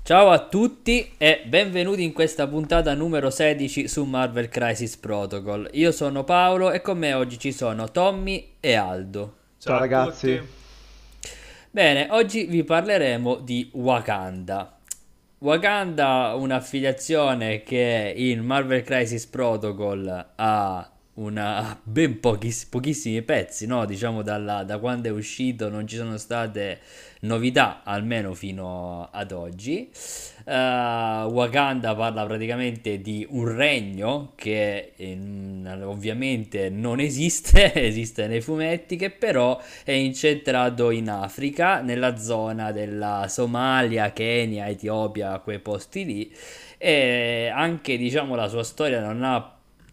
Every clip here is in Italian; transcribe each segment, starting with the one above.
Ciao a tutti e benvenuti in questa puntata numero 16 su Marvel Crisis Protocol. Io sono Paolo e con me oggi ci sono Tommy e Aldo. Ciao Ciao a tutti. ragazzi. Bene, oggi vi parleremo di Wakanda. Wakanda, un'affiliazione che in Marvel Crisis Protocol ha pochissimi pezzi, no? Diciamo da quando è uscito non ci sono state novità, almeno fino ad oggi. Wakanda parla praticamente di un regno che ovviamente non esiste, esiste nei fumetti, che però è incentrato in Africa, nella zona della Somalia, Kenya, Etiopia, quei posti lì. E anche, diciamo, la sua storia non ha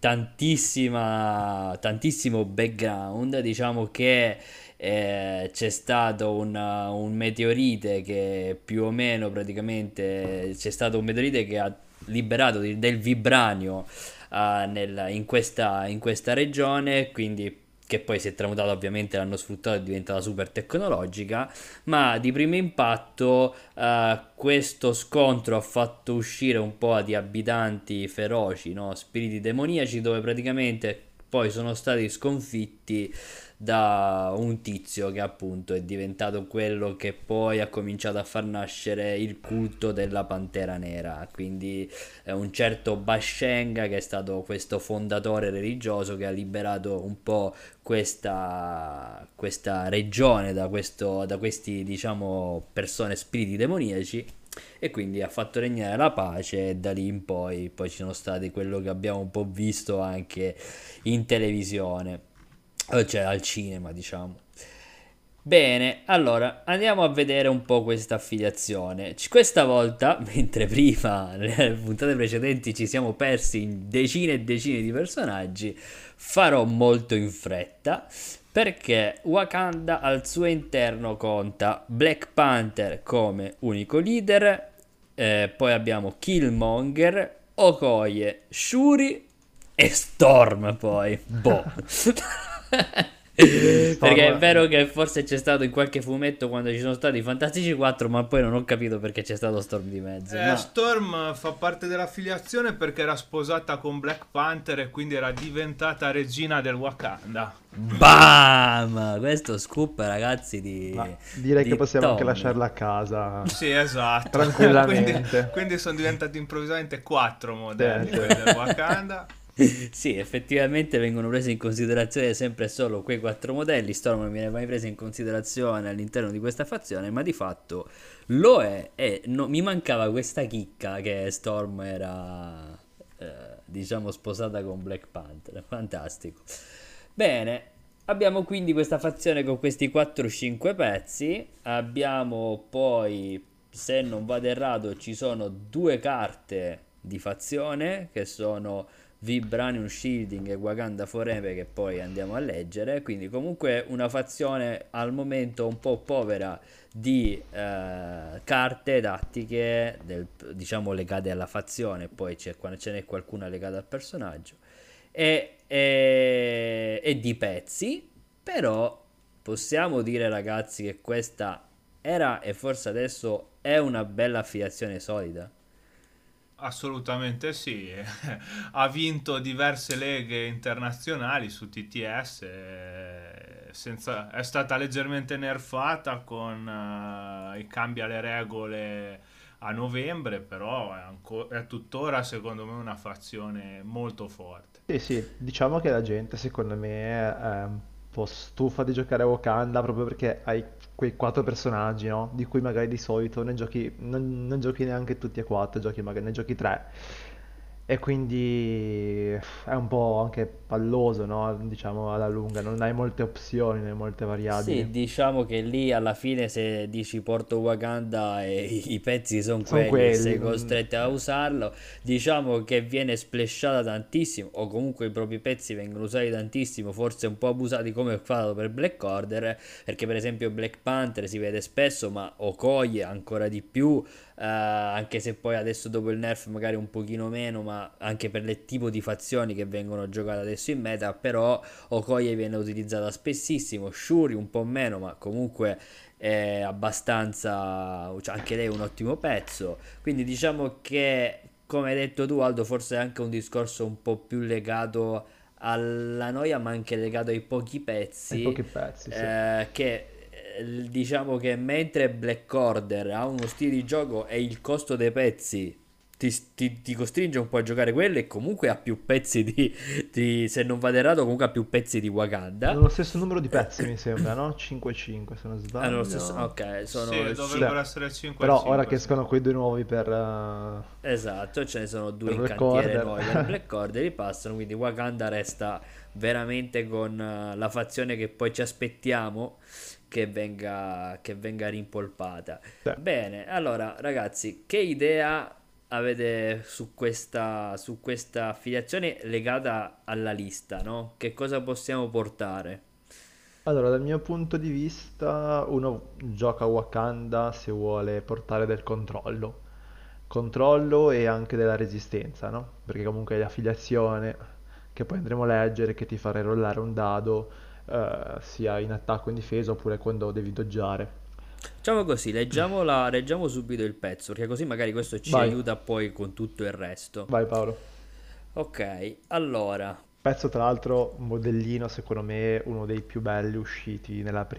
tantissimo background. Diciamo che c'è stato un meteorite che più o meno praticamente c'è stato un meteorite che ha liberato del vibranio in questa regione, quindi che poi si è tramutato, ovviamente l'hanno sfruttato, è diventata super tecnologica, ma di primo impatto questo scontro ha fatto uscire un po' di abitanti feroci, no? Spiriti demoniaci, dove praticamente poi sono stati sconfitti da un tizio che appunto è diventato quello che poi ha cominciato a far nascere il culto della Pantera Nera, quindi è un certo Bashenga, che è stato questo fondatore religioso che ha liberato un po' questa regione da questi, diciamo, persone, spiriti demoniaci, e quindi ha fatto regnare la pace. E da lì in poi ci sono stati quello che abbiamo un po' visto anche in televisione, cioè al cinema, diciamo. Bene, allora andiamo a vedere un po' questa affiliazione. Questa volta, mentre prima nelle puntate precedenti ci siamo persi in decine e decine di personaggi, farò molto in fretta, perché Wakanda al suo interno conta Black Panther come unico leader, poi abbiamo Killmonger, Okoye, Shuri e Storm, poi. Boh. Perché è Storm, vero che forse c'è stato in qualche fumetto quando ci sono stati i Fantastici 4, ma poi non ho capito perché c'è stato Storm di mezzo. Ma Storm fa parte dell'affiliazione perché era sposata con Black Panther e quindi era diventata regina del Wakanda. bam! Questo scoop, ragazzi, di, ma direi che di possiamo anche Tommy. lasciarla a casa Sì, esatto. quindi, tranquillamente. quindi sono diventati improvvisamente quattro Sì, modelli sì. quelli del Wakanda. Sì, effettivamente vengono presi in considerazione sempre e solo quei quattro modelli. Storm non viene mai presa in considerazione all'interno di questa fazione, ma di fatto lo è. E mi mancava questa chicca che Storm era, diciamo, sposata con Black Panther. Fantastico. Bene, abbiamo quindi questa fazione con questi 4-5 pezzi. Abbiamo poi, se non vado errato, ci sono due carte di fazione che sono Vibranium Shielding e Wakanda Forever, che poi andiamo a leggere. Quindi comunque una fazione al momento un po' povera di carte tattiche diciamo legate alla fazione. Poi quando ce n'è qualcuna legata al personaggio e di pezzi. Però possiamo dire, ragazzi, che questa era, e forse adesso è, una bella affiliazione solida. Assolutamente sì, ha vinto diverse leghe internazionali su TTS, è stata leggermente nerfata con i cambi alle regole a novembre, però è tuttora secondo me una fazione molto forte. Sì, sì, diciamo che la gente secondo me è un po' stufa di giocare a Wakanda proprio perché hai quei quattro personaggi, no? Di cui magari di solito ne giochi, non giochi neanche tutti e quattro, giochi magari ne giochi tre. E quindi è un po' anche palloso, no? Diciamo alla lunga, non hai molte opzioni, non hai molte variabili. Sì, diciamo che lì alla fine, se dici porto Wakanda e i pezzi sono Sono quelli e quelli, sei costretto a usarlo, diciamo che viene splashata tantissimo, o comunque i propri pezzi vengono usati tantissimo, forse un po' abusati come ho fatto per Black Order, perché per esempio Black Panther si vede spesso, ma Okoye ancora di più, anche se poi adesso dopo il nerf magari un pochino meno, ma anche per il tipo di fazioni che vengono giocate adesso in meta. Però Okoye viene utilizzata spessissimo, Shuri un po' meno, ma comunque è abbastanza, cioè anche lei è un ottimo pezzo, quindi diciamo che come hai detto tu Aldo, forse è anche un discorso un po' più legato alla noia, ma anche legato ai pochi Hai pezzi, pochi pezzi, sì. che diciamo che mentre Black Order ha uno stile di gioco e il costo dei pezzi ti costringe un po' a giocare quello e comunque ha più pezzi se non vado errato, comunque ha più pezzi di Hanno Wakanda. lo stesso numero di Eh, pezzi, mi sembra, no? 5-5 se non Hanno lo stesso, sbaglio. ok, sono Sì, Sì. dovrebbero essere 5 e Però ora 5, che sì. escono quei due nuovi esatto, ce ne sono due per in Black cantiere Order. nuovi per Black Order, li passano, quindi Wakanda resta veramente con la fazione che poi ci aspettiamo che venga rimpolpata. Sì. Bene, allora ragazzi, che idea avete su questa affiliazione legata alla lista, no? Che cosa possiamo portare? Allora, dal mio punto di vista, uno gioca a Wakanda se vuole portare del controllo. Controllo e anche della resistenza, no? Perché comunque è l'affiliazione che poi andremo a leggere che ti fa rollare un dado sia in attacco o in difesa oppure quando devi doggiare. Facciamo così, leggiamo subito il pezzo, perché così magari questo ci Vai, aiuta poi con tutto il resto. vai Paolo. Ok, allora, Pezzo tra l'altro, un modellino secondo me uno dei più belli usciti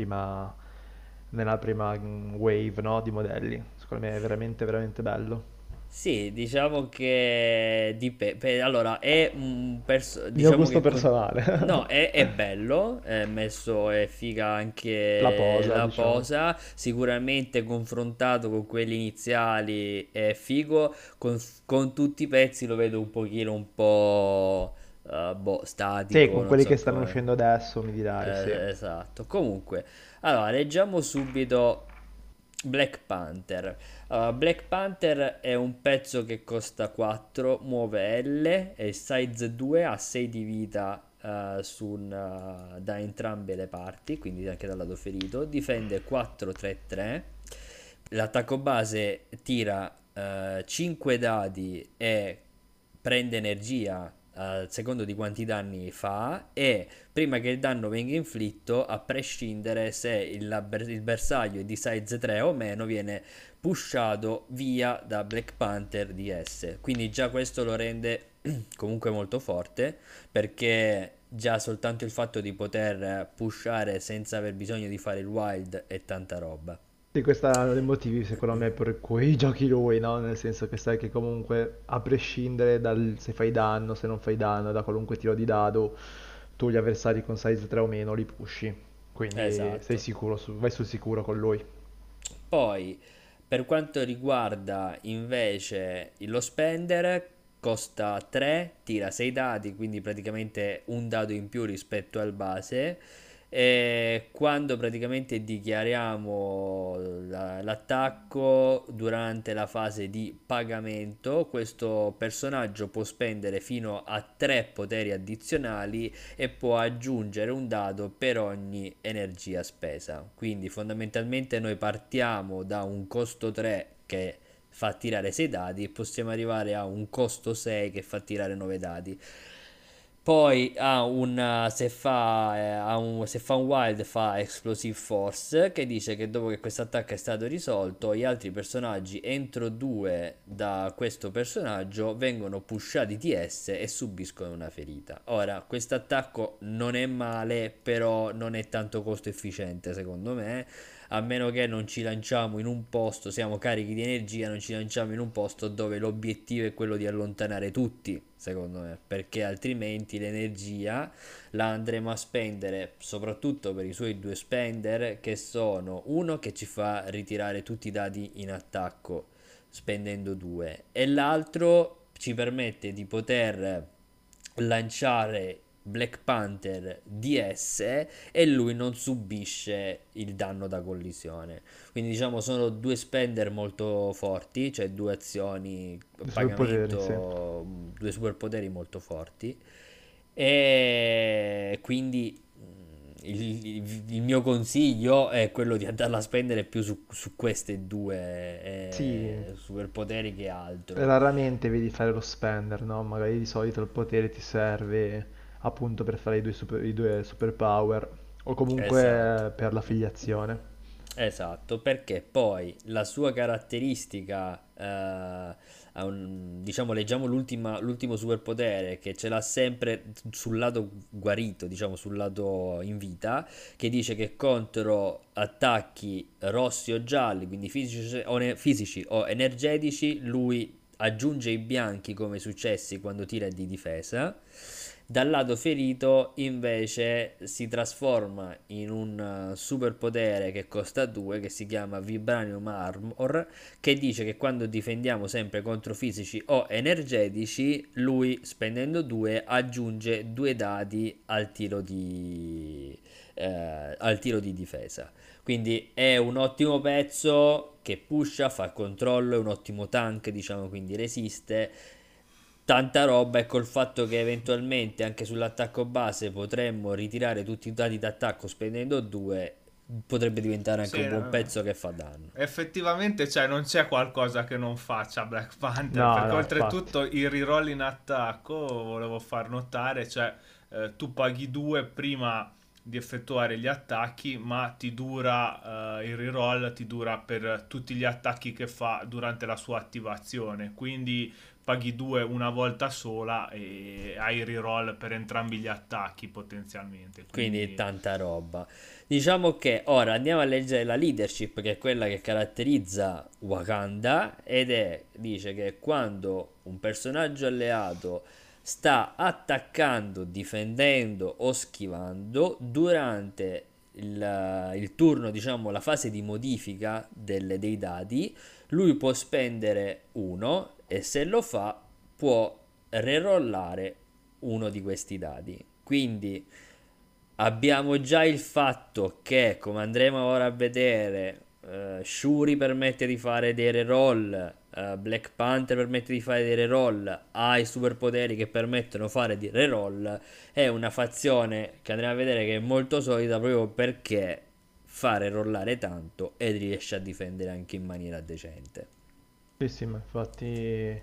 nella prima wave, no, di modelli. Secondo me è veramente veramente bello. sì, diciamo che allora è Mio diciamo gusto che personale. no, è bello, è messo, è figa La anche posa, la diciamo. posa, sicuramente confrontato con quelli iniziali è figo, con tutti i pezzi lo vedo un pochino un po' boh, Sì, statico, con non quelli che so stanno come. uscendo adesso mi dirai, sì. Esatto. Comunque, allora, leggiamo subito Black Panther. Black Panther è un pezzo che costa 4, muove L, è size 2, ha 6 di vita da entrambe le parti, quindi anche dal lato ferito. Difende 4-3-3. L'attacco base tira 5 dadi e prende energia a secondo di quanti danni fa e prima che il danno venga inflitto, a prescindere se il bersaglio è di size 3 o meno, viene pushato via da Black Panther DS. Quindi già questo lo rende comunque molto forte perché già soltanto il fatto di poter pushare senza aver bisogno di fare il wild è tanta roba. Sì, questo è uno dei motivi secondo me per cui giochi lui, no? Nel senso che sai che comunque a prescindere dal se fai danno, se non fai danno, da qualunque tiro di dado, tu gli avversari con size 3 o meno li pushi. Quindi sei Esatto. sicuro, vai sul sicuro con lui. Poi, per quanto riguarda invece lo spender, costa 3, tira 6 dadi, quindi praticamente un dado in più rispetto al base. E quando praticamente dichiariamo l'attacco durante la fase di pagamento, questo personaggio può spendere fino a 3 poteri addizionali e può aggiungere un dado per ogni energia spesa. Quindi fondamentalmente noi partiamo da un costo 3 che fa tirare 6 dadi e possiamo arrivare a un costo 6 che fa tirare 9 dadi. Poi se fa un wild fa Explosive Force che dice che dopo che questo attacco è stato risolto gli altri personaggi entro 2 da questo personaggio vengono pushati TS e subiscono una ferita. Ora, questo attacco non è male, però non è tanto costo efficiente secondo me, a meno che non ci lanciamo in un posto, siamo carichi di energia, non ci lanciamo in un posto dove l'obiettivo è quello di allontanare tutti, secondo me, perché altrimenti l'energia la andremo a spendere soprattutto per i suoi due spender, che sono uno che ci fa ritirare tutti i dati in attacco spendendo 2 e l'altro ci permette di poter lanciare Black Panther DS e lui non subisce il danno da collisione. Quindi diciamo sono due spender molto forti, cioè due azioni I superpoteri, sì. pagamento, due superpoteri molto forti. E quindi il mio consiglio è quello di andarla a spendere più su queste due Sì, superpoteri che altro. raramente vedi fare lo spender, no? Magari di solito il potere ti serve appunto per fare i due superpower o comunque Esatto. per l'affiliazione. Esatto, perché poi la sua caratteristica, diciamo, leggiamo l'ultimo superpotere che ce l'ha sempre sul lato guarito, diciamo, sul lato in vita, che dice che contro attacchi rossi o gialli, quindi fisici o energetici, lui aggiunge i bianchi come successi quando tira di difesa. Dal lato ferito invece si trasforma in un superpotere che costa 2, che si chiama Vibranium Armor, che dice che quando difendiamo sempre contro fisici o energetici, lui spendendo 2 aggiunge 2 dadi al tiro di difesa. Quindi è un ottimo pezzo che pusha, fa controllo, è un ottimo tank, diciamo, quindi resiste. Tanta roba, e col fatto che eventualmente anche sull'attacco base potremmo ritirare tutti i dati d'attacco spendendo 2, potrebbe diventare anche Sì, un buon no. pezzo che fa danno. Effettivamente, cioè, non c'è qualcosa che non faccia Black Panther, No, perché no, infatti. oltretutto il reroll in attacco, volevo far notare, cioè, tu paghi 2 prima di effettuare gli attacchi, ma ti dura, il reroll ti dura per tutti gli attacchi che fa durante la sua attivazione, quindi paghi 2 una volta sola e hai il reroll per entrambi gli attacchi potenzialmente, Quindi quindi tanta roba. Diciamo che ora andiamo a leggere la leadership, che è quella che caratterizza Wakanda, dice che quando un personaggio alleato sta attaccando, difendendo o schivando durante il turno, diciamo la fase di modifica dei dadi, lui può spendere uno, e se lo fa può rerollare uno di questi dadi. Quindi abbiamo già il fatto che, come andremo ora a vedere, Shuri permette di fare dei reroll, Black Panther permette di fare dei reroll, ha i superpoteri che permettono di fare dei reroll. È una fazione che andremo a vedere che è molto solida proprio perché fa rerollare tanto e riesce a difendere anche in maniera decente. Sì, sì, ma infatti,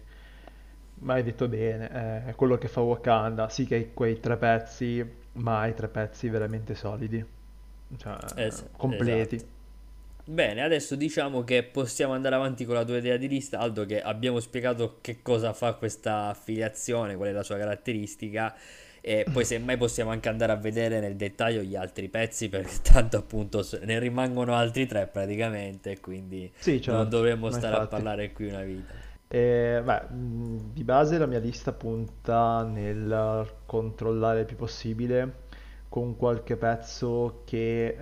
ma hai detto bene, è quello che fa Wakanda. Sì che hai quei tre pezzi, ma hai tre pezzi veramente solidi, cioè completi. Esatto. Bene, adesso diciamo che possiamo andare avanti con la tua idea di lista, Aldo, che abbiamo spiegato che cosa fa questa affiliazione, qual è la sua caratteristica, e poi semmai possiamo anche andare a vedere nel dettaglio gli altri pezzi, perché tanto appunto ne rimangono altri tre praticamente, quindi Sì, non certo, dovremmo ma stare a infatti. parlare qui una vita. Beh, di base la mia lista punta nel controllare il più possibile con qualche pezzo che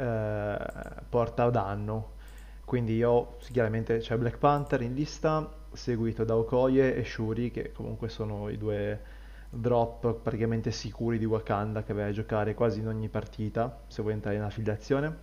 porta a danno. Quindi io chiaramente c'è Black Panther in lista, seguito da Okoye e Shuri, che comunque sono i due drop praticamente sicuri di Wakanda che vai a giocare quasi in ogni partita se vuoi entrare in affiliazione.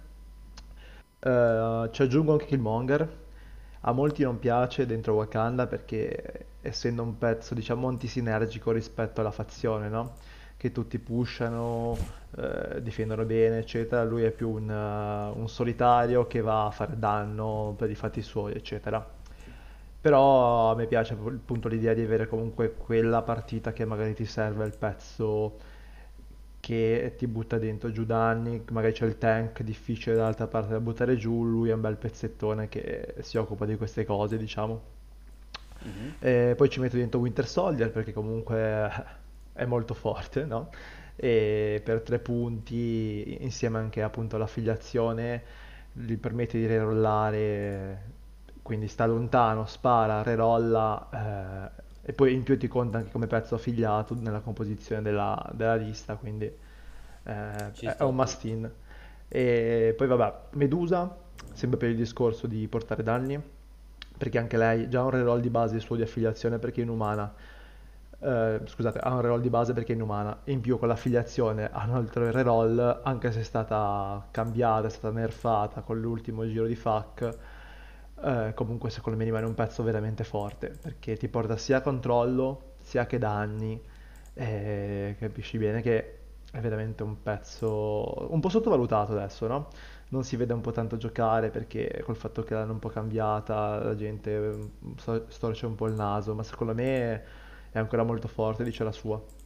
Ci aggiungo anche Killmonger. A molti non piace dentro Wakanda perché essendo un pezzo diciamo antisinergico rispetto alla fazione, no? Che tutti pushano, difendono bene, eccetera. Lui è più un solitario che va a fare danno per i fatti suoi, eccetera. Però a me piace appunto l'idea di avere comunque quella partita che magari ti serve il pezzo che ti butta dentro giù danni, magari c'è il tank difficile dall'altra parte da buttare giù, lui è un bel pezzettone che si occupa di queste cose, diciamo. Mhm. E poi ci metto dentro Winter Soldier perché comunque è molto forte, no? E per 3 punti, insieme anche appunto all'affiliazione, gli permette di rerollare, quindi sta lontano, spara, rerolla, e poi in più ti conta anche come pezzo affiliato nella composizione della lista, quindi Ci è sta un tutto. must-in. E poi vabbè, Medusa, sempre per il discorso di portare danni, perché anche lei già ha un reroll di base suo di affiliazione perché è inumana. Scusate, ha un reroll di base perché è inumana. In più con l'affiliazione ha un altro reroll, anche se è stata cambiata, è stata nerfata con l'ultimo giro di FAQ. Comunque secondo me rimane un pezzo veramente forte, perché ti porta sia controllo, sia che danni. E capisci bene che è veramente un pezzo un po' sottovalutato adesso, no? Non si vede un po' tanto giocare perché col fatto che l'hanno un po' cambiata la gente storce un po' il naso, ma secondo me è ancora molto forte, dice la sua.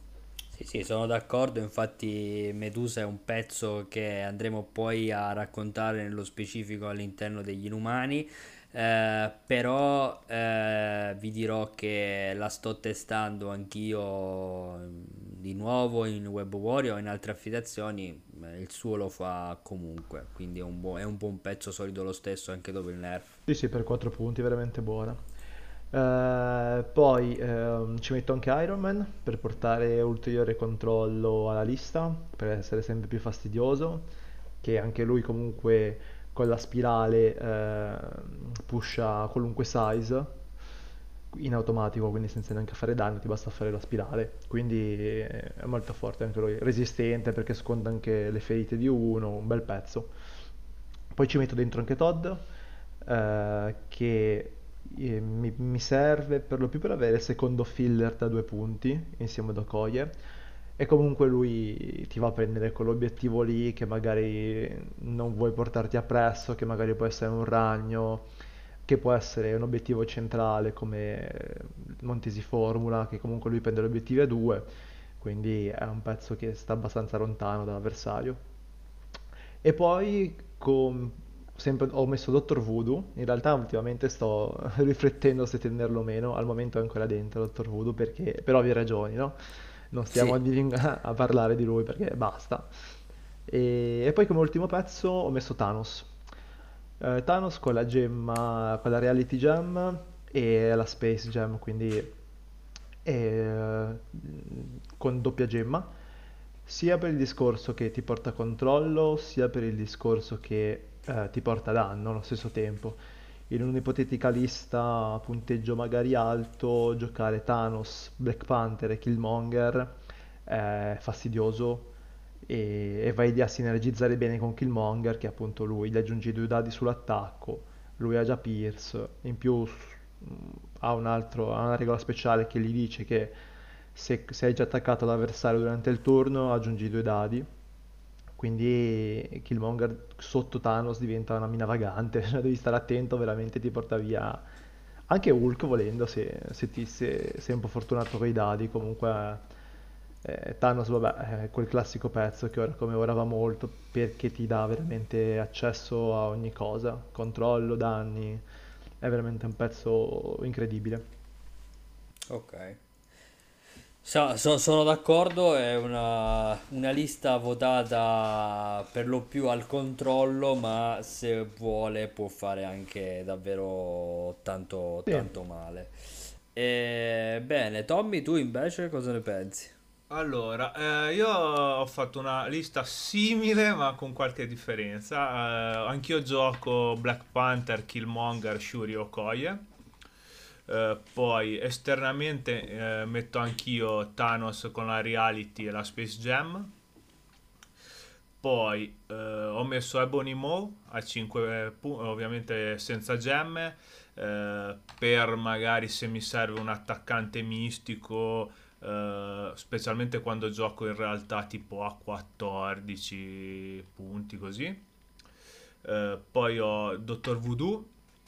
Sì, sì, sono d'accordo, infatti Medusa è un pezzo che andremo poi a raccontare nello specifico all'interno degli Inumani, però vi dirò che la sto testando anch'io di nuovo in Web Warrior o in altre affiliazioni, il suo lo fa comunque, quindi è un buon pezzo solido lo stesso anche dopo il nerf. Sì, sì, per 4 punti, veramente buona. Poi ci metto anche Iron Man per portare ulteriore controllo alla lista, per essere sempre più fastidioso, che anche lui comunque con la spirale pusha qualunque size in automatico, quindi senza neanche fare danni, ti basta fare la spirale. Quindi è molto forte anche lui, resistente perché sconta anche le ferite di uno, un bel pezzo. Poi ci metto dentro anche Todd, che mi serve per lo più per avere il secondo filler da 2 punti insieme ad Okoye. E comunque lui ti va a prendere quell'obiettivo lì che magari non vuoi portarti appresso, che magari può essere un ragno, che può essere un obiettivo centrale come Montesi Formula, che comunque lui prende l'obiettivo a 2, quindi è un pezzo che sta abbastanza lontano dall'avversario. E poi ho messo Dottor Voodoo, in realtà ultimamente sto riflettendo se tenerlo o meno, al momento è ancora dentro Dottor Voodoo perché, per ovvie ragioni, no? Non stiamo Sì. a parlare di lui perché basta. E poi come ultimo pezzo ho messo Thanos. Thanos con la gemma, con la Reality Gem e la Space Gem, quindi con doppia gemma, sia per il discorso che ti porta controllo, sia per il discorso che ti porta danno allo stesso tempo. In un'ipotetica lista a punteggio magari alto, giocare Thanos, Black Panther e Killmonger è fastidioso e vai lì a sinergizzare bene con Killmonger, che appunto lui gli aggiungi 2 dadi sull'attacco, lui ha già Pierce, in più ha una regola speciale che gli dice che se hai già attaccato l'avversario durante il turno aggiungi 2 dadi, quindi Killmonger sotto Thanos diventa una mina vagante, cioè devi stare attento, veramente ti porta via anche Hulk volendo se sei un po' fortunato con i dadi, comunque Thanos vabbè è quel classico pezzo che ora come ora va molto perché ti dà veramente accesso a ogni cosa, controllo, danni, è veramente un pezzo incredibile. Ok. Sono d'accordo, è una lista votata per lo più al controllo, ma se vuole può fare anche davvero tanto, Sì. tanto male. Bene, Tommy, tu invece cosa ne pensi? Allora, io ho fatto una lista simile ma con qualche differenza. Anch'io gioco Black Panther, Killmonger, Shuri, Okoye. Poi esternamente metto anch'io Thanos con la Reality e la Space Jam. Poi ho messo Ebony Maw a 5 punti, ovviamente senza gemme, per magari se mi serve un attaccante mistico, specialmente quando gioco in realtà tipo a 14 punti così. Poi ho Dottor Voodoo,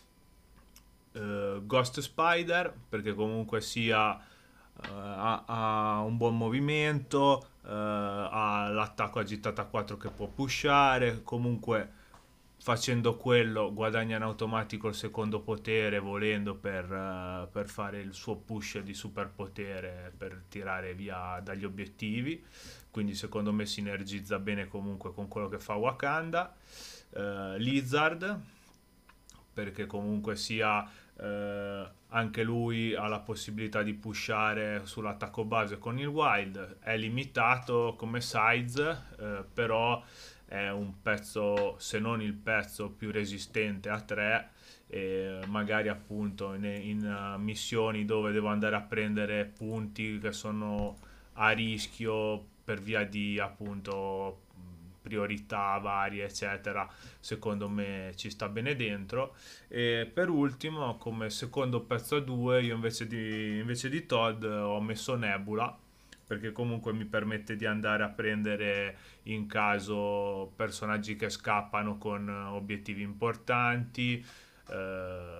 Ghost Spider, perché comunque sia ha un buon movimento, ha l'attacco agitato a 4 che può pushare, comunque facendo quello guadagna in automatico il secondo potere volendo per fare il suo push di superpotere per tirare via dagli obiettivi, quindi secondo me sinergizza bene comunque con quello che fa Wakanda. Lizard, perché comunque sia anche lui ha la possibilità di pushare sull'attacco base con il wild, è limitato come size, però è un pezzo, se non il pezzo più resistente a 3, e magari appunto in missioni dove devo andare a prendere punti che sono a rischio per via di appunto priorità varie eccetera, secondo me ci sta bene dentro. E per ultimo, come secondo pezzo a 2, io invece di Todd ho messo Nebula, perché comunque mi permette di andare a prendere in caso personaggi che scappano con obiettivi importanti.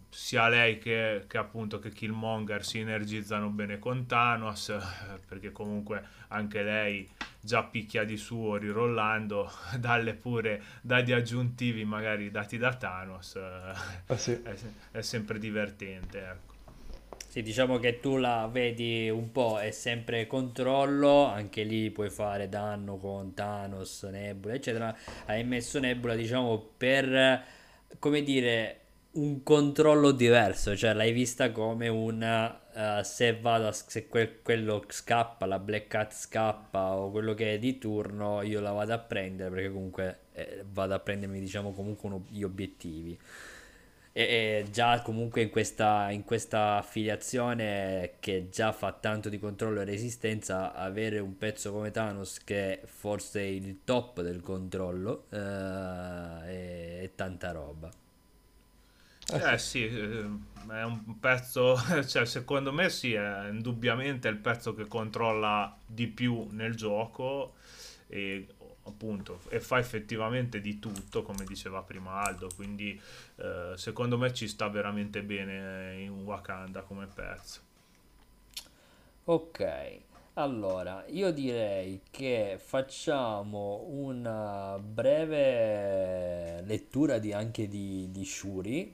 sia lei che appunto che Killmonger si energizzano bene con Thanos, perché comunque anche lei già picchia di suo rirollando, dalle pure dadi aggiuntivi magari dati da Thanos, Eh sì. è sempre divertente, ecco. Sì, diciamo che tu la vedi un po', è sempre controllo, anche lì puoi fare danno con Thanos, Nebula, eccetera. Hai messo Nebula, diciamo, per, come dire, un controllo diverso, cioè l'hai vista come una, se vado se quello scappa, la Black Cat scappa o quello che è di turno, io la vado a prendere perché comunque vado a prendermi, diciamo, comunque gli obiettivi. E già comunque in questa affiliazione che già fa tanto di controllo e resistenza, avere un pezzo come Thanos che è forse il top del controllo è tanta roba. Eh sì. Sì, è un pezzo, cioè secondo me sì, è indubbiamente il pezzo che controlla di più nel gioco e appunto e fa effettivamente di tutto, come diceva prima Aldo, quindi secondo me ci sta veramente bene in Wakanda come pezzo. Ok, allora io direi che facciamo una breve lettura anche di Shuri,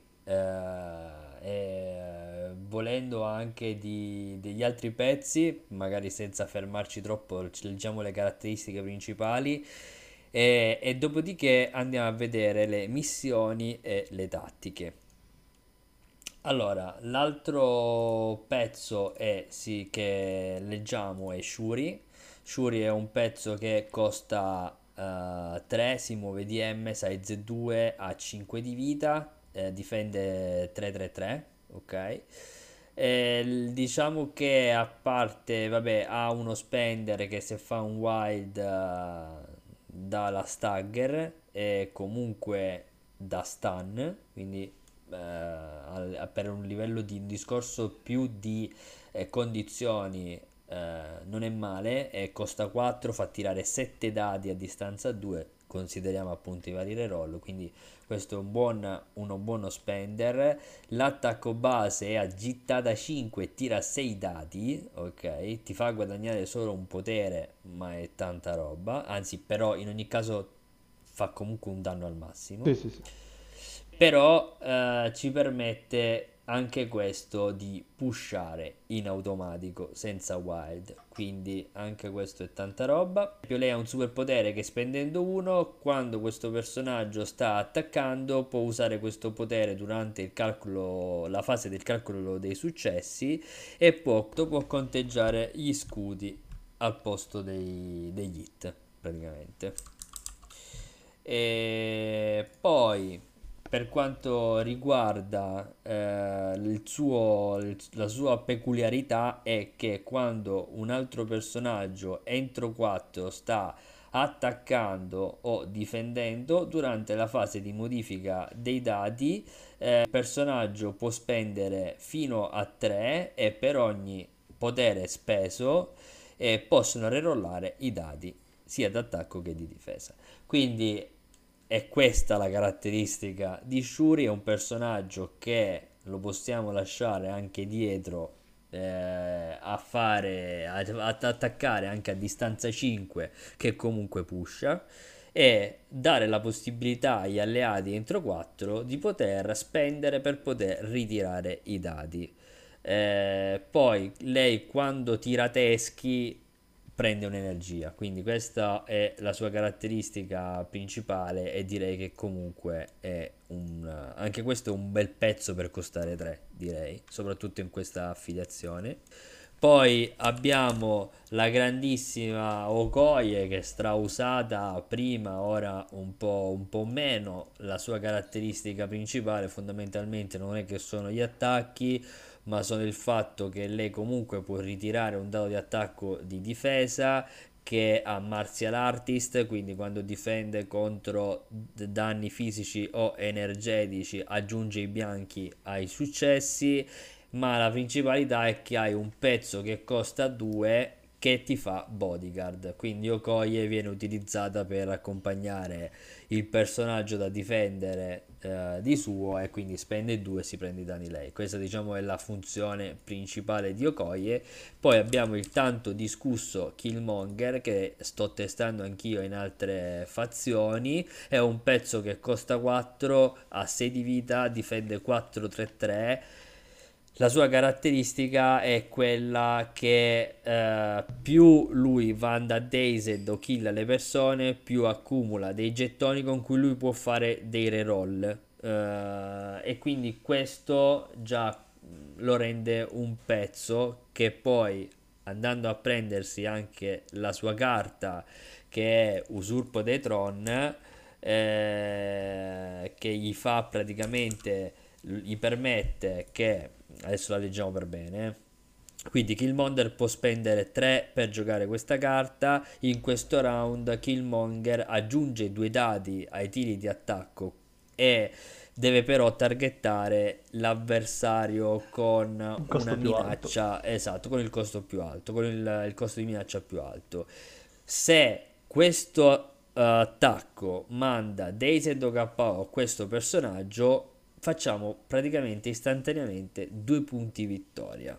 e volendo anche degli altri pezzi, magari senza fermarci troppo, leggiamo le caratteristiche principali e dopodiché andiamo a vedere le missioni e le tattiche. Allora, l'altro pezzo sì, che leggiamo è Shuri. Shuri è un pezzo che costa 3, si muove DM, size 2, ha 5 di vita, difende 3-3-3, ok? Diciamo che a parte, vabbè, ha uno spender che se fa un wild dà la stagger e comunque da stun, quindi per un livello di un discorso più di condizioni non è male e costa 4, fa tirare 7 dadi a distanza 2, consideriamo appunto i vari reroll, quindi questo è uno buono spender. L'attacco base è a gittata 5 e tira 6 dadi, ok? Ti fa guadagnare solo un potere, ma è tanta roba, anzi però in ogni caso fa comunque un danno al massimo. Sì, sì, sì. Però ci permette anche questo di pushare in automatico senza wild, quindi anche questo è tanta roba. Per esempio, lei ha un superpotere che spendendo uno, quando questo personaggio sta attaccando, può usare questo potere durante il calcolo, la fase del calcolo dei successi e può conteggiare gli scudi al posto degli hit, praticamente. E poi per quanto riguarda la sua peculiarità è che quando un altro personaggio entro 4 sta attaccando o difendendo durante la fase di modifica dei dati, il personaggio può spendere fino a 3 e per ogni potere speso possono rerollare i dadi sia d'attacco che di difesa. Quindi è questa la caratteristica di Shuri, è un personaggio che lo possiamo lasciare anche dietro ad attaccare anche a distanza 5 che comunque pusha e dare la possibilità agli alleati entro 4 di poter spendere per poter ritirare i dadi. Poi lei quando tira teschi prende un'energia, quindi questa è la sua caratteristica principale e direi che comunque anche questo è un bel pezzo per costare 3, direi, soprattutto in questa affiliazione. Poi abbiamo la grandissima Okoye che è strausata prima, ora un po' meno. La sua caratteristica principale fondamentalmente non è che sono gli attacchi, ma sono il fatto che lei comunque può ritirare un dado di attacco di difesa, che ha Martial Artist, quindi quando difende contro danni fisici o energetici aggiunge i bianchi ai successi, ma la principalità è che hai un pezzo che costa 2 che ti fa bodyguard. Quindi Okoye viene utilizzata per accompagnare il personaggio da difendere di suo, e quindi spende 2 e si prende i danni lei. Questa diciamo è la funzione principale di Okoye. Poi abbiamo il tanto discusso Killmonger, che sto testando anch'io in altre fazioni. È un pezzo che costa 4, ha 6 di vita, difende 4-3-3. La sua caratteristica è quella che più lui Vanda Dazed o killa le persone, più accumula dei gettoni con cui lui può fare dei reroll. E quindi questo già lo rende un pezzo che poi, andando a prendersi anche la sua carta che è Usurpo dei Tron, che gli fa praticamente, gli permette che, adesso la leggiamo per bene, quindi Killmonger può spendere 3 per giocare questa carta. In questo round Killmonger aggiunge 2 dadi ai tiri di attacco e deve però targettare l'avversario con Un una costo più alto. minaccia, esatto, con il costo più alto, con il costo di minaccia più alto. Se questo attacco manda Dazed o KO a questo personaggio, facciamo praticamente istantaneamente 2 punti vittoria.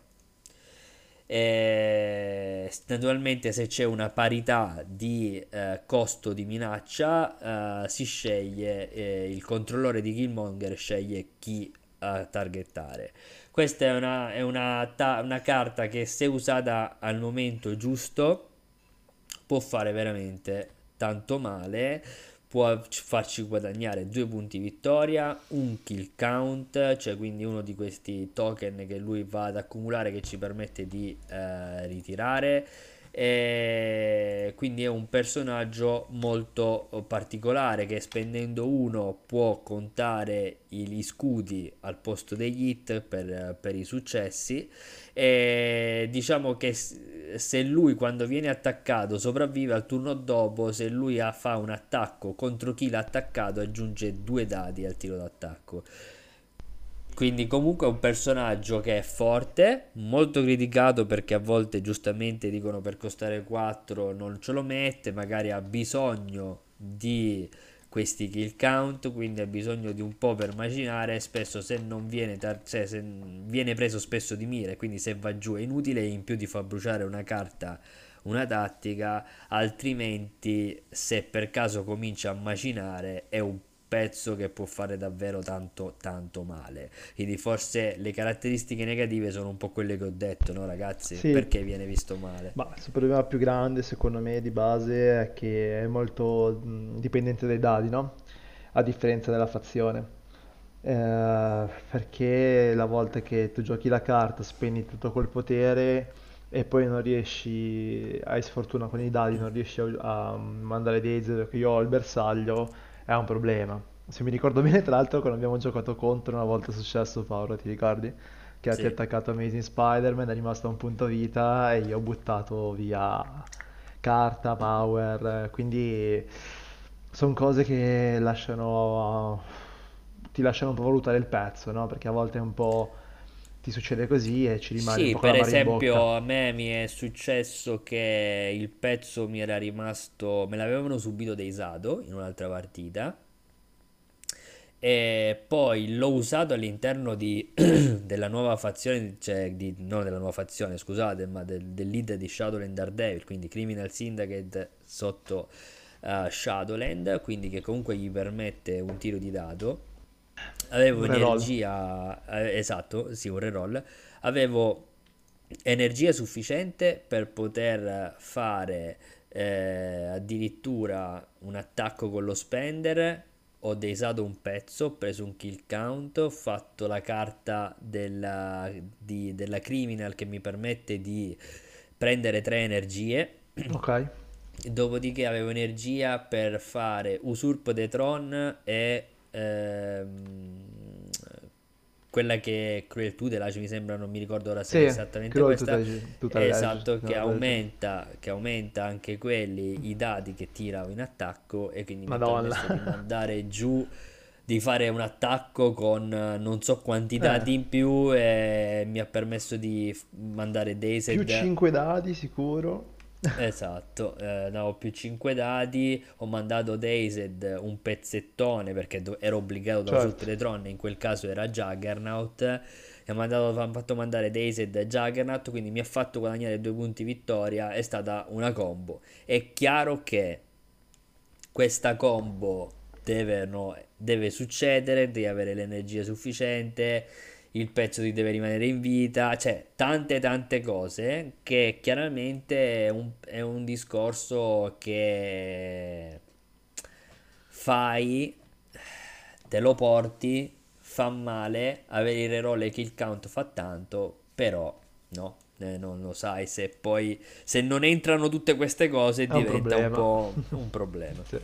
Naturalmente, se c'è una parità di costo di minaccia, si sceglie, il controllore di Killmonger sceglie chi targettare. Questa è una carta che, se usata al momento giusto, può fare veramente tanto male. Può farci guadagnare 2 punti vittoria, un kill count, cioè quindi uno di questi token che lui va ad accumulare, che ci permette di ritirare. E quindi è un personaggio molto particolare, che spendendo 1 può contare gli scudi al posto degli hit per i successi. E diciamo che se lui, quando viene attaccato, sopravvive, al turno dopo, se lui fa un attacco contro chi l'ha attaccato, aggiunge 2 dadi al tiro d'attacco. Quindi comunque è un personaggio che è forte, molto criticato, perché a volte giustamente dicono per costare 4 non ce lo mette, magari ha bisogno di questi kill count, quindi ha bisogno di un po' per macinare. Spesso, se non viene, cioè, se viene preso spesso di mira, quindi se va giù è inutile, e in più ti fa bruciare una carta, una tattica. Altrimenti, se per caso comincia a macinare, è un pezzo che può fare davvero tanto tanto male. Quindi forse le caratteristiche negative sono un po' quelle che ho detto, no ragazzi? Sì, Perché viene visto male? ma il suo problema più grande, secondo me, di base è che è molto dipendente dai dadi, no? A differenza della fazione. Perché la volta che tu giochi la carta, spendi tutto quel potere e poi non riesci, hai sfortuna con i dadi, non riesci a mandare dei zero, che io ho il bersaglio, è un problema. Se mi ricordo bene, tra l'altro, quando abbiamo giocato contro, una volta è successo, Paolo, ti ricordi? Che ti ha Sì. attaccato Amazing Spider-Man, è rimasto a un punto vita e io ho buttato via carta, power, quindi sono cose che ti lasciano un po' valutare il pezzo, no? Perché a volte un po' ti succede così e ci rimane un Sì, po' con per l'amaro in bocca. esempio a me mi è successo che il pezzo mi era rimasto, me l'avevano subito dei Sado in un'altra partita, e poi l'ho usato all'interno della nuova fazione, cioè non della nuova fazione, scusate, ma del lead di Shadowland Daredevil, quindi Criminal Syndicate sotto Shadowland, quindi che comunque gli permette un tiro di dado. Avevo Un reroll. energia, esatto, sì, un reroll. Avevo energia sufficiente per poter fare addirittura un attacco con lo spender. Ho desato un pezzo, ho preso un kill count, ho fatto la carta della criminal, che mi permette di prendere 3 energie. Ok. Dopodiché avevo energia per fare Usurpo dei Tron e quella che è Cruel Tutelage, mi sembra, non mi ricordo ora se è Sì, esattamente Cruel questa. Tutelage, Esatto, che no, ragione. aumenta anche quelli, i dadi che tiravo in attacco, e quindi mi ha Madonna. permesso di mandare giù, di fare un attacco con non so quanti Eh, dadi in più, e mi ha permesso di mandare più Dazed. 5 dadi sicuro. Esatto, ne ho più 5 dadi, ho mandato Dazed un pezzettone perché ero obbligato da Certo. tutte le tronne, in quel caso era Juggernaut, e ho fatto mandare Dazed e Juggernaut, quindi mi ha fatto guadagnare 2 punti vittoria, è stata una combo. È chiaro che questa combo deve succedere, devi avere l'energia sufficiente, il pezzo ti deve rimanere in vita, cioè tante tante cose che chiaramente è un discorso che fai, te lo porti, fa male, avere il reroll e kill count fa tanto, però no, non lo sai se poi se non entrano tutte queste cose È un diventa un problema. po' un problema. Sì.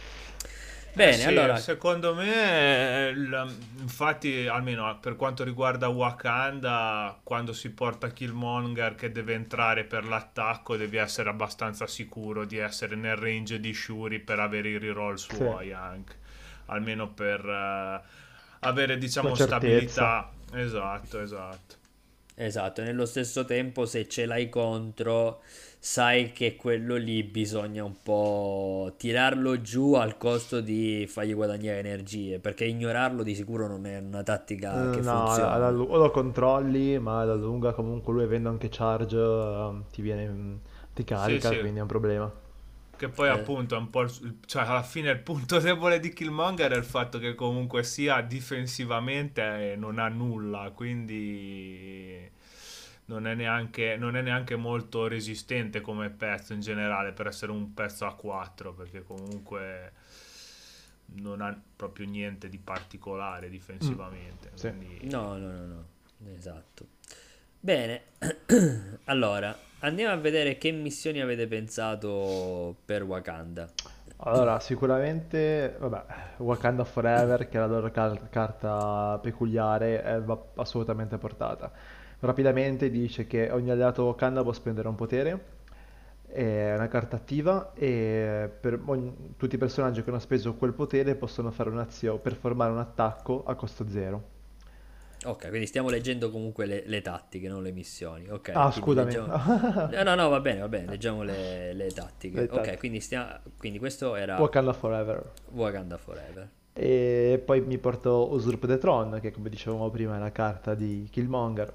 Eh Bene, sì, allora, secondo me, infatti, almeno per quanto riguarda Wakanda, quando si porta Killmonger che deve entrare per l'attacco, devi essere abbastanza sicuro di essere nel range di Shuri per avere i reroll Sì, suoi anche, almeno per avere, la diciamo, certezza. stabilità. Esatto, esatto. esatto, e nello stesso tempo se ce l'hai contro, sai che quello lì bisogna un po' tirarlo giù al costo di fargli guadagnare energie, perché ignorarlo di sicuro non è una tattica che No, funziona. o lo controlli, ma alla lunga comunque lui avendo anche charge ti viene, ti Sì, carica, sì. quindi è un problema. Che poi Eh, appunto è un po' cioè alla fine il punto debole di Killmonger è il fatto che comunque sia difensivamente non ha nulla, quindi non è neanche molto resistente come pezzo in generale per essere un pezzo a 4, perché comunque non ha proprio niente di particolare Mm, difensivamente, sì. quindi no, no, no, no, esatto. Bene, allora andiamo a vedere che missioni avete pensato per Wakanda. Allora, sicuramente, vabbè, Wakanda Forever, che è la loro carta peculiare, va assolutamente portata. Rapidamente dice che ogni alleato Wakanda può spendere un potere, è una carta attiva e tutti i personaggi che hanno speso quel potere possono fare un'azione per formare un attacco a costo zero. Ok, quindi stiamo leggendo comunque le tattiche, non le missioni. Ok, Ah, quindi scusami, leggiamo. No, no, no, va bene, leggiamo le tattiche. le Ok, tattiche. quindi questo era Wakanda Forever. Wakanda Forever. E poi mi porto Usurp the Throne, che come dicevamo prima è la carta di Killmonger.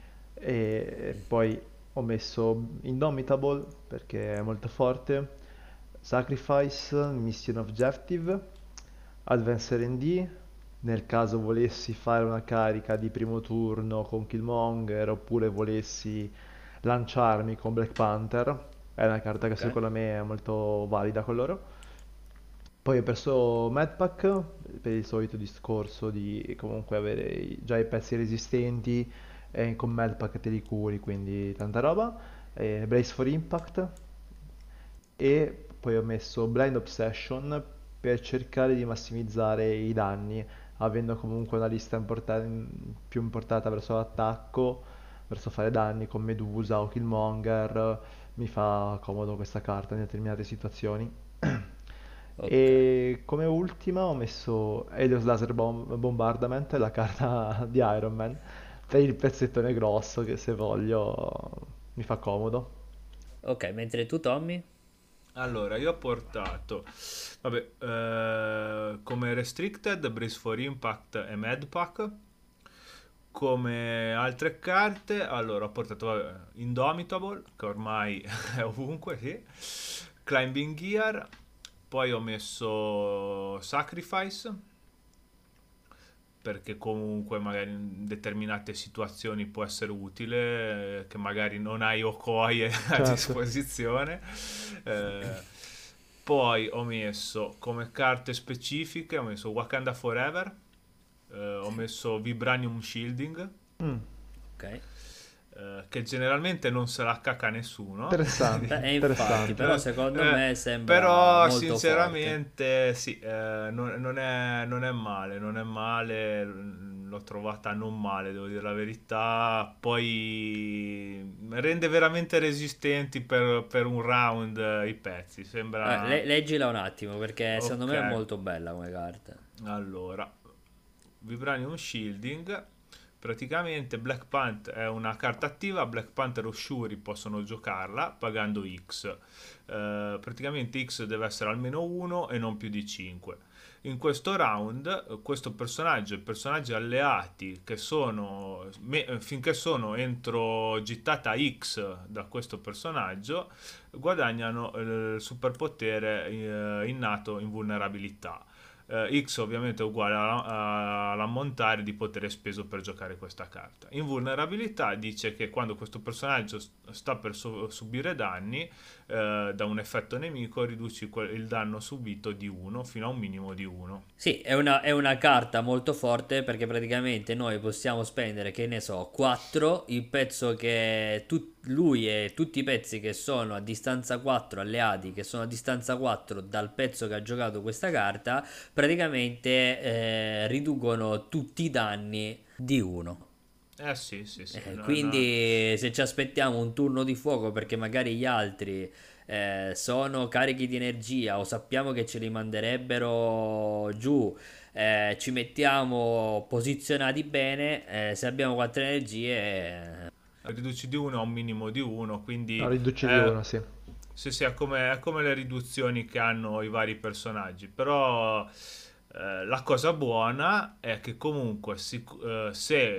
E poi ho messo Indomitable perché è molto forte. Sacrifice, Mission Objective, Advance R&D, nel caso volessi fare una carica di primo turno con Killmonger oppure volessi lanciarmi con Black Panther, è una carta che Ok, secondo me è molto valida con loro. Poi ho perso Madpack per il solito discorso di comunque avere già i pezzi resistenti e con Madpack te li curi, quindi tanta roba. Brace for Impact e poi ho messo Blind Obsession per cercare di massimizzare i danni, avendo comunque una lista più importata verso l'attacco, verso fare danni con Medusa o Killmonger, mi fa comodo questa carta in determinate situazioni. ok. E come ultima ho messo Helios Laser Bombardment, la carta di Iron Man, per il pezzettone grosso che se voglio mi fa comodo. Ok, mentre tu, Tommy? allora, io ho portato, vabbè, come restricted, Brace for Impact e Medpack. Come altre carte, allora ho portato vabbè, Indomitable, che ormai è ovunque, sì. Climbing Gear, poi ho messo Sacrifice, perché comunque magari in determinate situazioni può essere utile, che magari non hai Okoye a Certo. disposizione. Eh, poi ho messo come carte specifiche, ho messo Wakanda Forever, ho messo Vibranium Shielding, Mm, Ok. che generalmente non se la caca nessuno. interessante, E infatti, interessante. però secondo me sembra Però molto forte. sinceramente sì, non è male, non è male, l'ho trovata non male, devo dire la verità. Poi rende veramente resistenti per un round i pezzi, sembra... Leggila un attimo perché secondo Ok, me è molto bella come carta. allora, Vibranium Shielding, praticamente Black Panther è una carta attiva, Black Panther o Shuri possono giocarla pagando X. Praticamente X deve essere almeno 1 e non più di 5. In questo round, questo personaggio e personaggi alleati che sono, finché sono entro gittata X da questo personaggio, guadagnano il superpotere innato invulnerabilità. X ovviamente è uguale all'ammontare di potere speso per giocare questa carta. Invulnerabilità dice che quando questo personaggio sta per subire danni da un effetto nemico, riduci il danno subito di 1 fino a un minimo di 1. Sì, è una carta molto forte perché praticamente noi possiamo spendere, che ne so, 4, il pezzo che lui e tutti i pezzi che sono a distanza 4, alleati che sono a distanza 4 dal pezzo che ha giocato questa carta, praticamente riducono tutti i danni di 1. Sì, sì, sì. Quindi se ci aspettiamo un turno di fuoco perché magari gli altri sono carichi di energia o sappiamo che ce li manderebbero giù, ci mettiamo posizionati bene, se abbiamo 4 energie, riduci di 1 a un minimo di 1, No, quindi riduci di uno, sì. sì, sì, è come le riduzioni che hanno i vari personaggi, però la cosa buona è che comunque se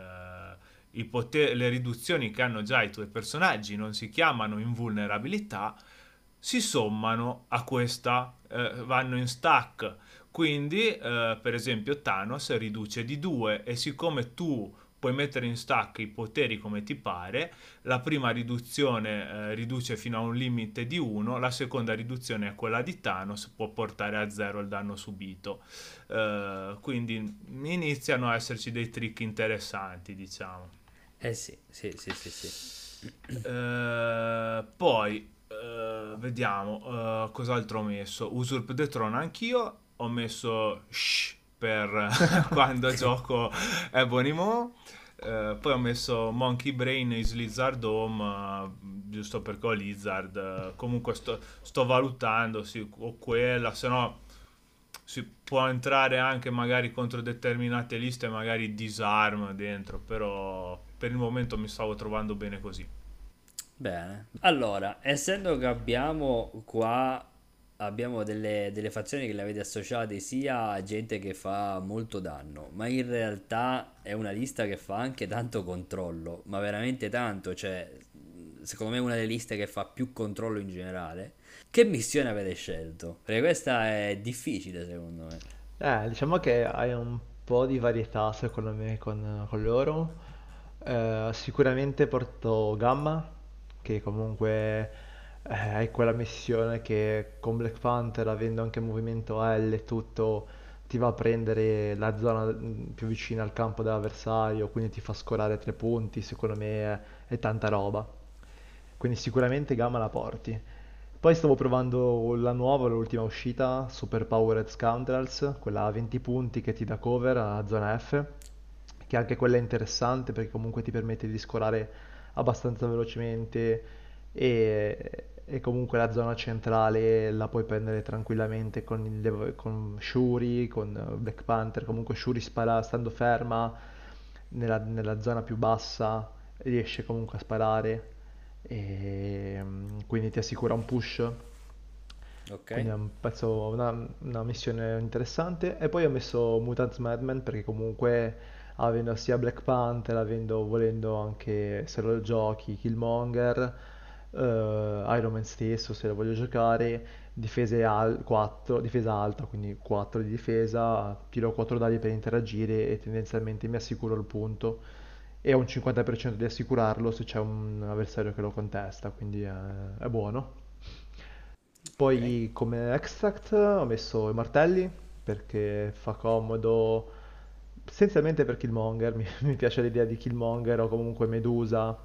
le riduzioni che hanno già i tuoi personaggi non si chiamano invulnerabilità, si sommano a questa, vanno in stack. Quindi, per esempio, Thanos riduce di 2 e siccome tu puoi mettere in stack i poteri come ti pare, la prima riduzione riduce fino a un limite di 1, la seconda riduzione è quella di Thanos, può portare a 0 il danno subito. Quindi iniziano a esserci dei trick interessanti, diciamo. sì, sì, sì, sì, sì. Poi vediamo cos'altro ho messo. Usurp the Throne anch'io. Ho messo Shh per quando gioco Ebony Maw. Poi ho messo Monkey Brain e Lizard Home, giusto perché ho Lizard. Comunque sto valutando, sì, o quella, se no si può entrare anche magari contro determinate liste, magari disarm dentro, però per il momento mi stavo trovando bene così. Bene, allora, essendo che abbiamo delle fazioni che le avete associate sia a gente che fa molto danno, ma in realtà è una lista che fa anche tanto controllo, ma veramente tanto, cioè secondo me è una delle liste che fa più controllo in generale. Che missione avete scelto? Perché questa è difficile secondo me. Diciamo che hai un po' di varietà secondo me con loro. Sicuramente porto Gamma, che comunque hai quella missione che con Black Panther, avendo anche movimento L e tutto, ti va a prendere la zona più vicina al campo dell'avversario, quindi ti fa scorare 3 punti, secondo me è tanta roba. Quindi sicuramente Gamma la porti. Poi stavo provando la nuova, l'ultima uscita, Super Powered Scoundrels, quella a 20 punti che ti dà cover a zona F, che anche quella è interessante perché comunque ti permette di scorare abbastanza velocemente e comunque la zona centrale la puoi prendere tranquillamente con Shuri, con Black Panther, comunque Shuri spara stando ferma nella zona più bassa, riesce comunque a sparare e quindi ti assicura un push, Ok? quindi è una missione interessante. E poi ho messo Mutants Madman perché comunque avendo sia Black Panther, volendo anche se lo giochi Killmonger, Iron Man stesso se lo voglio giocare, 4, difesa alta, quindi 4 di difesa, tiro 4 dadi per interagire e tendenzialmente mi assicuro il punto e ho un 50% di assicurarlo se c'è un avversario che lo contesta, quindi è buono. Ok. Poi come extract ho messo i martelli perché fa comodo, essenzialmente per Killmonger, mi piace l'idea di Killmonger o comunque Medusa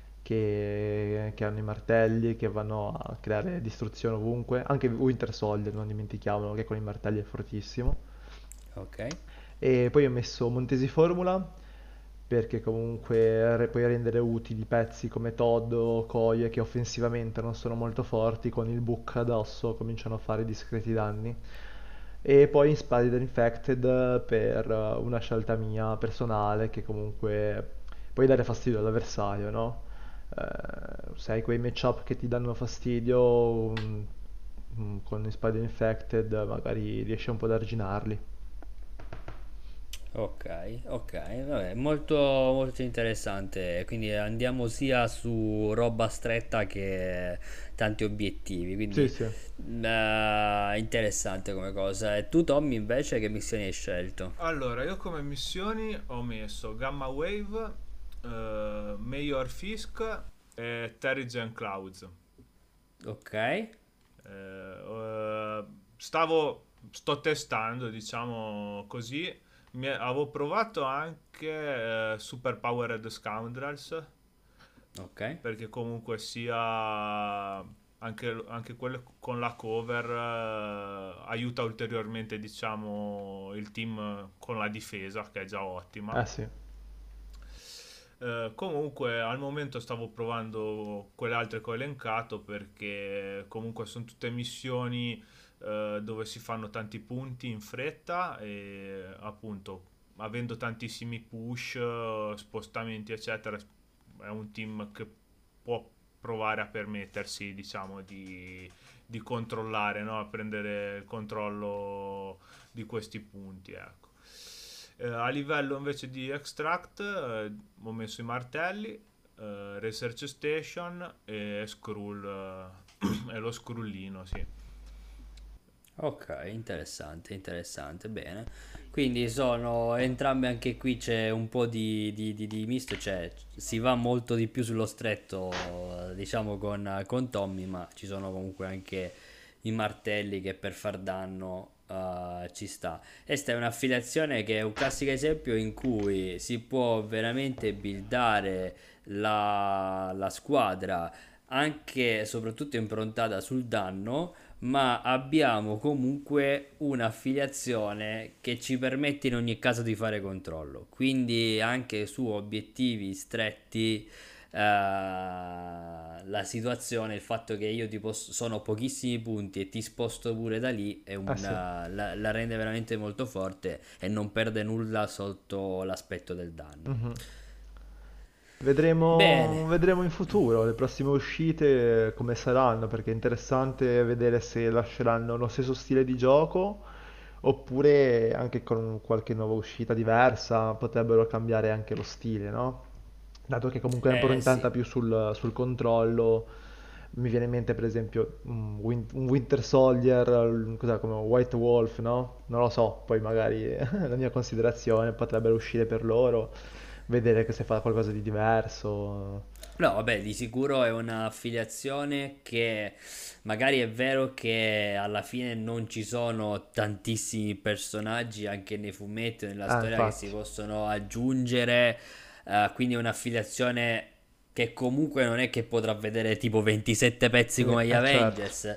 che hanno i martelli che vanno a creare distruzione ovunque, anche Winter Soldier, non dimentichiamolo che con i martelli è fortissimo. Ok. E poi ho messo Montesi Formula perché comunque puoi rendere utili pezzi come Todd o Koye che offensivamente non sono molto forti, con il book addosso cominciano a fare discreti danni. E poi Inspired Infected per una scelta mia personale che comunque puoi dare fastidio all'avversario, no? Se hai quei matchup che ti danno fastidio, con Inspired Infected magari riesci un po' ad arginarli. Ok, ok, vabbè, molto, molto interessante. Quindi andiamo sia su roba stretta che tanti obiettivi. Sì, Quindi sì. interessante come cosa. E tu, Tommy, invece, che missioni hai scelto? Allora, io come missioni ho messo Gamma Wave, Mayor Fisk e Terrigen Clouds. Ok, Sto testando, diciamo così. Avevo provato anche Super Powered Scoundrels, ok. perché comunque sia anche quelle con la cover aiuta ulteriormente, diciamo, il team con la difesa, che è già ottima. Eh sì. Comunque al momento stavo provando quelle altre che ho elencato perché comunque sono tutte missioni dove si fanno tanti punti in fretta e appunto avendo tantissimi push, spostamenti eccetera, è un team che può provare a permettersi, diciamo, di controllare, no? A prendere il controllo di questi punti, ecco. A livello invece di extract ho messo i martelli, Research Station e Skrull, e lo scrullino, sì. Ok, interessante, interessante, bene. Quindi sono entrambe anche qui c'è un po' di misto, cioè si va molto di più sullo stretto, diciamo con Tommy, ma ci sono comunque anche i martelli che per far danno ci sta. Questa è un'affiliazione che è un classico esempio in cui si può veramente buildare la squadra anche e soprattutto improntata sul danno, ma abbiamo comunque un'affiliazione che ci permette in ogni caso di fare controllo. Quindi anche su obiettivi stretti, la situazione, il fatto che io sono pochissimi punti e ti sposto pure da lì Eh sì. la rende veramente molto forte e non perde nulla sotto l'aspetto del danno. Mhm. Bene. Vedremo in futuro le prossime uscite come saranno, perché è interessante vedere se lasceranno lo stesso stile di gioco oppure anche con qualche nuova uscita diversa potrebbero cambiare anche lo stile, no? Dato che comunque è improntata Sì. più sul controllo, mi viene in mente per esempio un Winter Soldier, cos'è, come White Wolf, no? Non lo so, poi magari la mia considerazione potrebbero uscire per loro, vedere che se fa qualcosa di diverso. No, vabbè, di sicuro è un'affiliazione che magari è vero che alla fine non ci sono tantissimi personaggi anche nei fumetti o nella storia che si Infatti. possono aggiungere, quindi è un'affiliazione che comunque non è che potrà vedere tipo 27 pezzi come gli Certo. Avengers,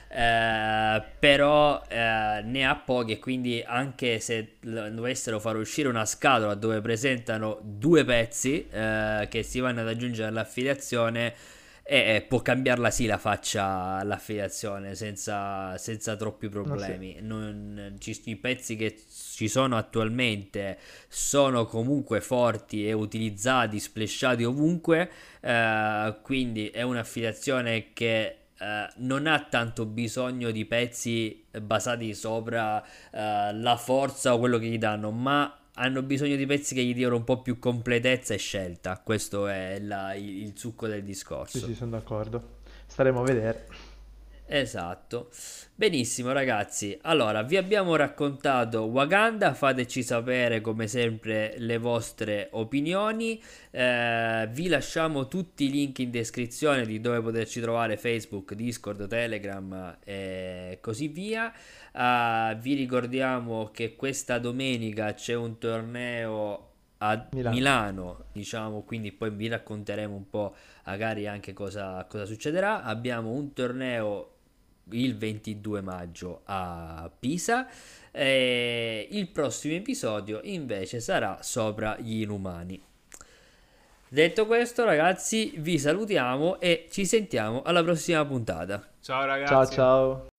però ne ha pochi e quindi anche se dovessero far uscire una scatola dove presentano due pezzi che si vanno ad aggiungere all'affiliazione può cambiarla sì la faccia all'affiliazione senza troppi Sì. problemi. I pezzi che ci sono attualmente sono comunque forti e utilizzati, splashati ovunque, quindi è un'affiliazione che non ha tanto bisogno di pezzi basati sopra la forza o quello che gli danno, ma hanno bisogno di pezzi che gli diano un po' più completezza e scelta. Questo è il succo del Sì, sì, discorso. sono d'accordo. Staremo a vedere. Esatto. Benissimo ragazzi, allora vi abbiamo raccontato Wakanda, fateci sapere come sempre le vostre opinioni. Vi lasciamo tutti i link in descrizione di dove poterci trovare: Facebook, Discord, Telegram e così via. Vi ricordiamo che questa domenica c'è un torneo a Milano. Milano, diciamo, quindi poi vi racconteremo un po' magari anche cosa succederà. Abbiamo un torneo il 22 maggio a Pisa e il prossimo episodio invece sarà sopra gli Inumani. Detto questo, ragazzi, vi salutiamo e ci sentiamo alla prossima puntata. Ciao Ciao ragazzi. ciao.